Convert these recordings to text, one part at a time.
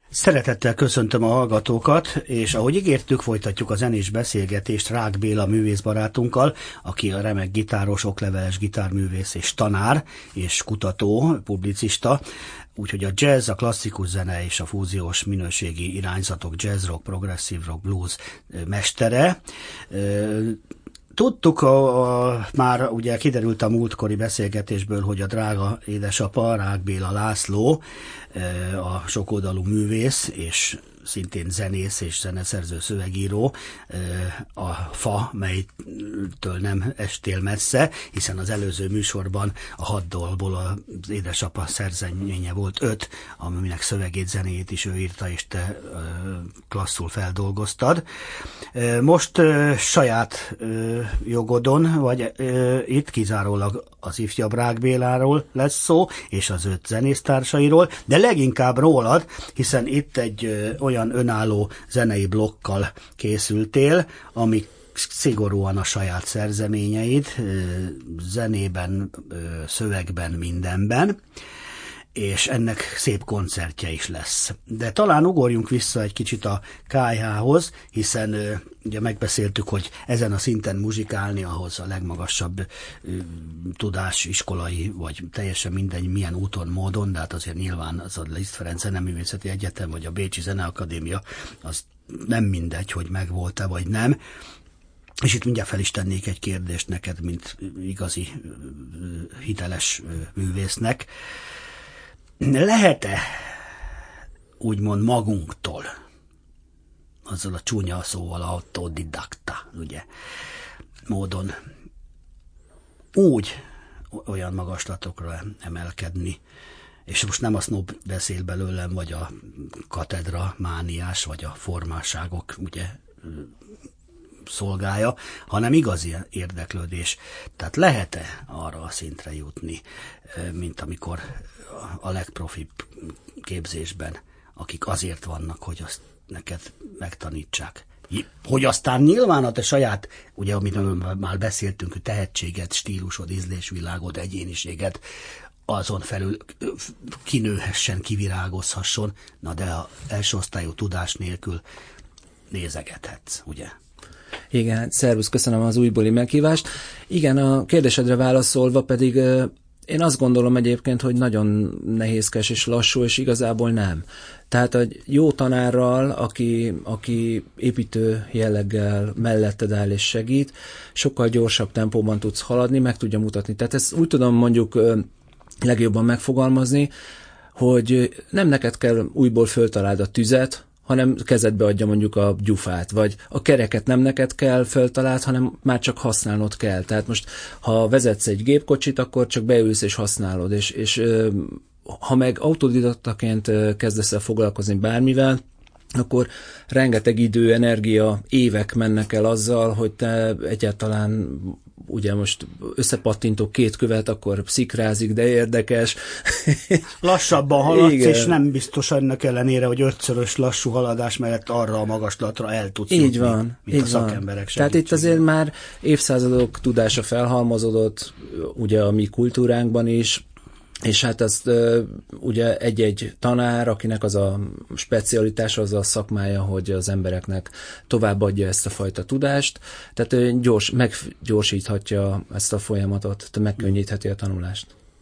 Szeretettel köszöntöm a hallgatókat, és ahogy ígértük, folytatjuk a zenés beszélgetést Rák Béla művészbarátunkkal, aki a remek gitáros, okleveles gitárművész és tanár, és kutató, publicista, úgyhogy a jazz, a klasszikus zene és a fúziós minőségi irányzatok, jazz rock, progressive rock, blues mestere. Tudtuk, már ugye kiderült a múltkori beszélgetésből, hogy a drága édesapa, Rák Béla László, a sokoldalú művész, és szintén zenész és zeneszerző szövegíró, a fa, melytől nem estél messze, hiszen az előző műsorban a 6 dalból az édesapa szerzeménye volt 5, aminek szövegét, zenéjét is ő írta, és te klasszul feldolgoztad. Most saját jogodon, vagy itt kizárólag az ifjabb Rák Béláról lesz szó, és az 5 zenésztársairól, de leginkább rólad, hiszen itt egy olyan önálló zenei blokkal készültél, ami szigorúan a saját szerzeményeid, zenében, szövegben, mindenben, és ennek szép koncertje is lesz. De talán ugorjunk vissza egy kicsit a KH-hoz, hiszen ugye megbeszéltük, hogy ezen a szinten muzsikálni, ahhoz a legmagasabb tudás, iskolai, vagy teljesen mindegy milyen úton, módon, de hát azért nyilván az a Liszt Ferenc Zeneművészeti Egyetem, vagy a Bécsi Zeneakadémia, az nem mindegy, hogy megvolt-e, vagy nem. És itt mindjárt fel is tennék egy kérdést neked, mint igazi hiteles művésznek. Lehet-e úgymond magunktól, azzal a csúnya szóval autodidakta, ugye, módon úgy olyan magaslatokra emelkedni, és most nem a sznob beszél belőlem, vagy a katedra mániás, vagy a formáságok, ugye, szolgálja, hanem igazi érdeklődés. Tehát lehet-e arra a szintre jutni, mint amikor a legprofibb képzésben, akik azért vannak, hogy azt neked megtanítsák. Hogy aztán nyilván a te saját, ugye, amit már beszéltünk, hogy tehetséged, stílusod, ízlésvilágod, egyéniséged azon felül kinőhessen, kivirágozhasson, na de a első osztályú tudás nélkül nézegethetsz, ugye? Igen, szervusz, köszönöm az újbóli meghívást. Igen, a kérdésedre válaszolva pedig én azt gondolom egyébként, hogy nagyon nehézkes és lassú, és igazából nem. Tehát egy jó tanárral, aki építő jelleggel melletted áll és segít, sokkal gyorsabb tempóban tudsz haladni, meg tudja mutatni. Tehát ezt úgy tudom mondjuk legjobban megfogalmazni, hogy nem neked kell újból föltaláld a tüzet, hanem kezedbe adja mondjuk a gyufát, vagy a kereket nem neked kell föltaláld, hanem már csak használnod kell. Tehát most, ha vezetsz egy gépkocsit, akkor csak beülsz és használod, és ha meg autodidaktaként kezdesz el foglalkozni bármivel, akkor rengeteg idő, energia, évek mennek el azzal, hogy te egyáltalán ugye most összepattintok 2 követ, akkor szikrázik, de érdekes. Lassabban haladsz, igen. És nem biztos ennek ellenére, hogy 5-szörös lassú haladás mellett arra a magaslatra el tudsz jutni, így van, mint így a szakemberek segítségével. Tehát itt azért már évszázadok tudása felhalmozódott, ugye a mi kultúránkban is, és hát ezt ugye egy-egy tanár, akinek az a specialitása, az a szakmája, hogy az embereknek továbbadja ezt a fajta tudást, tehát meggyorsíthatja ezt a folyamatot, megkönnyítheti a tanulást.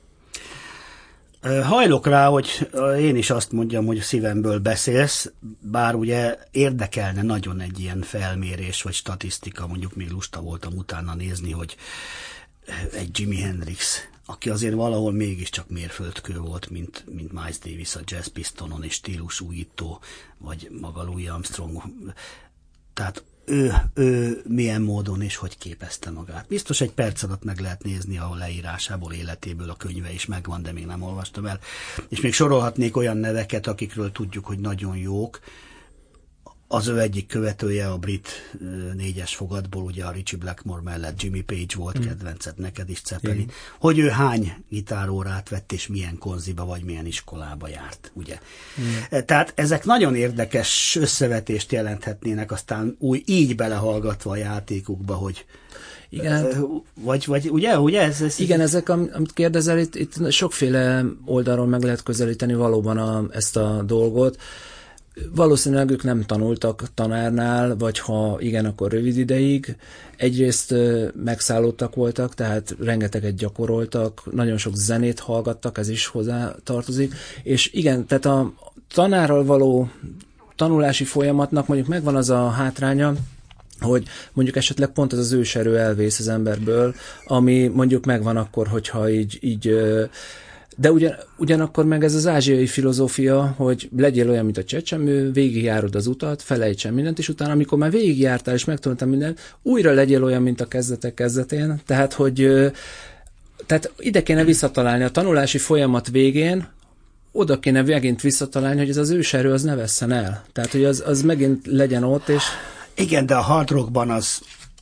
Hajlok rá, hogy én is azt mondjam, hogy szívemből beszélsz, bár ugye érdekelne nagyon egy ilyen felmérés, vagy statisztika, mondjuk még lusta voltam utána nézni, hogy egy Jimi Hendrix, aki azért valahol mégiscsak mérföldkő volt, mint Miles Davis a jazz pistonon és stílusújító, vagy maga Louis Armstrong. Tehát ő milyen módon és hogy képezte magát. Biztos egy perc alatt meg lehet nézni, ahol leírásából, életéből a könyve is megvan, de még nem olvastam el. És még sorolhatnék olyan neveket, akikről tudjuk, hogy nagyon jók. Az ő egyik követője a brit 4-es fogadból, ugye a Ritchie Blackmore mellett Jimmy Page volt kedvenced, neked is Zeppelin. Hogy ő hány gitárórát vett, és milyen konziba, vagy milyen iskolába járt, ugye? Tehát ezek nagyon érdekes összevetést jelenthetnének, aztán így belehallgatva a játékukba, hogy igen. Vagy ugye ez? Igen, ezek, amit kérdezel, itt sokféle oldalról meg lehet közelíteni valóban ezt a dolgot. Valószínűleg ők nem tanultak tanárnál, vagy ha igen, akkor rövid ideig. Egyrészt megszállottak voltak, tehát rengeteget gyakoroltak, nagyon sok zenét hallgattak, ez is hozzá tartozik. És igen, tehát a tanárral való tanulási folyamatnak mondjuk megvan az a hátránya, hogy mondjuk esetleg pont az őserő elvész az emberből, ami mondjuk megvan akkor, hogyha így de ugyanakkor meg ez az ázsiai filozófia, hogy legyél olyan, mint a csecsemő, végigjárod az utat, felejtsen mindent, és utána, amikor már végigjártál és megtanultál mindent, újra legyél olyan, mint a kezdetek kezdetén. Tehát ide kéne visszatalálni a tanulási folyamat végén, oda kéne megint visszatalálni, hogy ez az őserő az ne vesszen el. Tehát, hogy az megint legyen ott, és... Igen, de a hard rockban az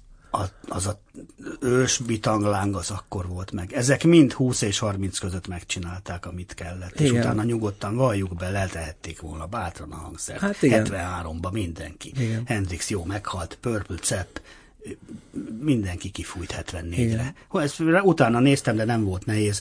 ős bitangláng az akkor volt meg. Ezek mind 20 és 30 között megcsinálták, amit kellett. Igen. És utána nyugodtan valljuk be, letehették volna bátran a hangszert. Hát 73-ban mindenki. Igen. Hendrix jó meghalt, Purple Zepp, mindenki kifújt 74-re. Utána néztem, de nem volt nehéz.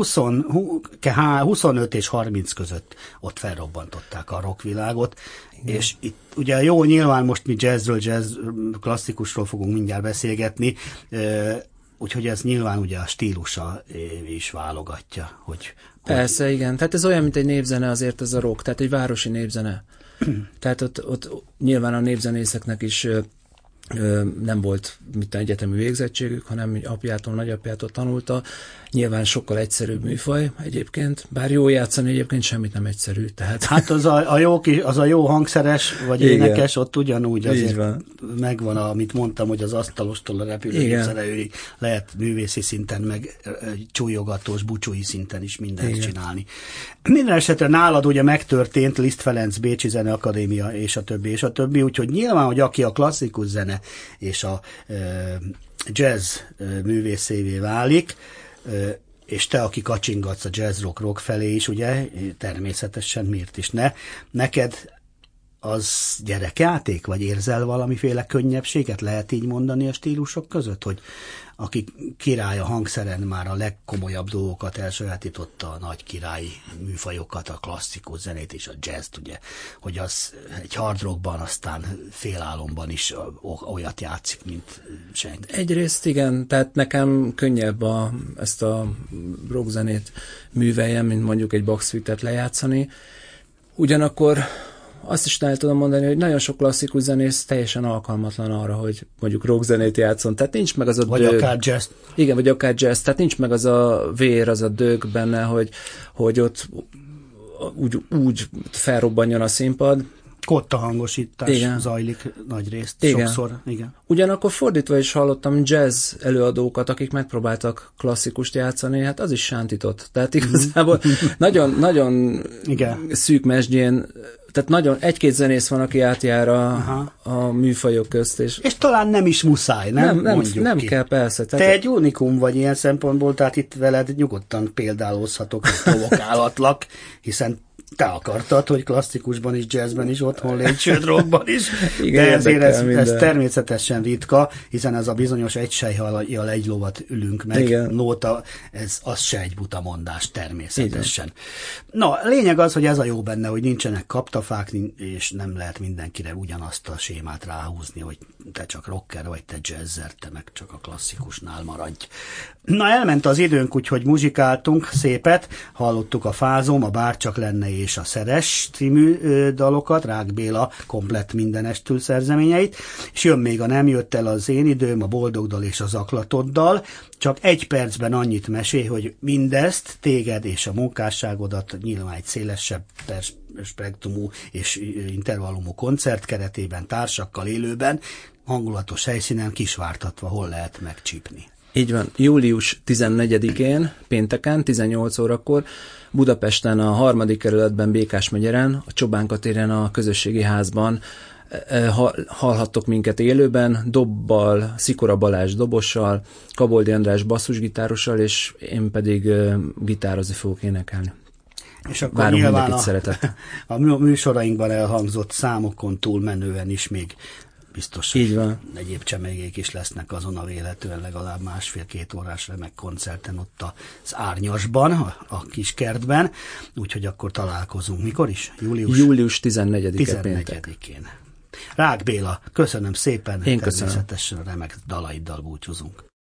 25 és 30 között ott felrobbantották a rockvilágot, és itt ugye jó, nyilván most mi jazz klasszikusról fogunk mindjárt beszélgetni, úgyhogy ez nyilván ugye a stílusa is válogatja. Persze, igen. Tehát ez olyan, mint egy népzene azért ez a rock, tehát egy városi népzene. Tehát ott nyilván a népzenészeknek is nem volt egyetemi végzettségük, hanem apjától, nagyapjától tanulta. Nyilván sokkal egyszerűbb műfaj egyébként, bár jó játszani egyébként semmit nem egyszerű. Tehát... Hát az a jó hangszeres, vagy igen. Énekes, ott ugyanúgy azért megvan, amit mondtam, hogy az asztalostól a repülőgépszerelőig lehet művészi szinten, meg csúlyogatós, bucsúi szinten is mindent csinálni. Minden esetre nálad ugye megtörtént Liszt Ferenc Bécsi Zeneakadémia, és a többi, úgyhogy nyilván, hogy aki a klasszikus zene és a jazz művészévé válik, és te, aki kacsingatsz a jazz rock felé is, ugye, természetesen miért is ne. Neked az gyerekjáték, vagy érzel valamiféle könnyebbséget, lehet így mondani a stílusok között, hogy aki király a hangszeren már a legkomolyabb dolgokat elsajátította, a nagy királyi műfajokat, a klasszikus zenét és a jazzt, ugye, hogy az egy hard rockban aztán félálomban is olyat játszik, mint senki. Egyrészt igen, tehát nekem könnyebb ezt a rockzenét műveljem, mint mondjuk egy Bach suite-et lejátszani. Ugyanakkor azt is el tudom mondani, hogy nagyon sok klasszikus zenész teljesen alkalmatlan arra, hogy mondjuk rockzenét játszon. Tehát nincs meg az a vagy dög. Akár jazz. Igen, vagy akár jazz. Tehát nincs meg az a vér, az a dög benne, hogy ott úgy felrobbanjon a színpad. Kotta hangosítás zajlik nagy részt, sokszor. Igen. Ugyanakkor fordítva is hallottam jazz előadókat, akik megpróbáltak klasszikust játszani, hát az is sántított. Tehát igazából nagyon szűk mesdjén, tehát nagyon egy-két zenész van, aki átjár a műfajok közt. És talán nem is muszáj, nem kell, persze. Tehát te egy unikum vagy ilyen szempontból, tehát itt veled nyugodtan példálózhatok, és provokálatlak, hiszen te akartad, hogy klasszikusban is, jazzben is otthon légy, sőt rockban is. Igen, de ezért ez természetesen ritka, hiszen ez a bizonyos egy sejhajjal egy lovat ülünk meg. Igen. Nóta, az se egy buta mondás természetesen. Igen. Na, lényeg az, hogy ez a jó benne, hogy nincsenek kaptafák, és nem lehet mindenkire ugyanazt a sémát ráhúzni, hogy te csak rocker vagy, te jazzer, te meg csak a klasszikusnál maradj. Na, elment az időnk, úgyhogy muzsikáltunk szépet, hallottuk a Fázom, a Bárcsak lenne és a Szeres című dalokat, Rák Béla komplett mindenestül szerzeményeit, és jön még a Nem jött el az én időm, a Boldog dal és a Zaklatott dal. Csak egy percben annyit mesél, hogy mindezt, téged és a munkásságodat nyilván egy szélesebb spektrumú és intervallumú koncert keretében, társakkal élőben, hangulatos helyszínen Kisvártatva hol lehet megcsípni. Így van. Július 14-én, pénteken, 18 órakor Budapesten a 3. kerületben, Békásmegyeren, a Csobánka téren, a közösségi házban hallhattok minket élőben, dobbal, Szikora Balázs dobossal, Kaboldi András basszusgitárossal, és én pedig gitározni fogok énekelni. És akkor várunk nyilván a műsorainkban elhangzott számokon túl menően is még biztos, így hogy van. egyéb csemegék is lesznek azon a véletlenül legalább 1,5-2 órás remek koncerten ott az Árnyasban, a kis kertben, úgyhogy akkor találkozunk. Mikor is? Július 14-e péntek. 14-én. Rák Béla, köszönöm szépen, Én természetesen remek dalaiddal búcsúzunk.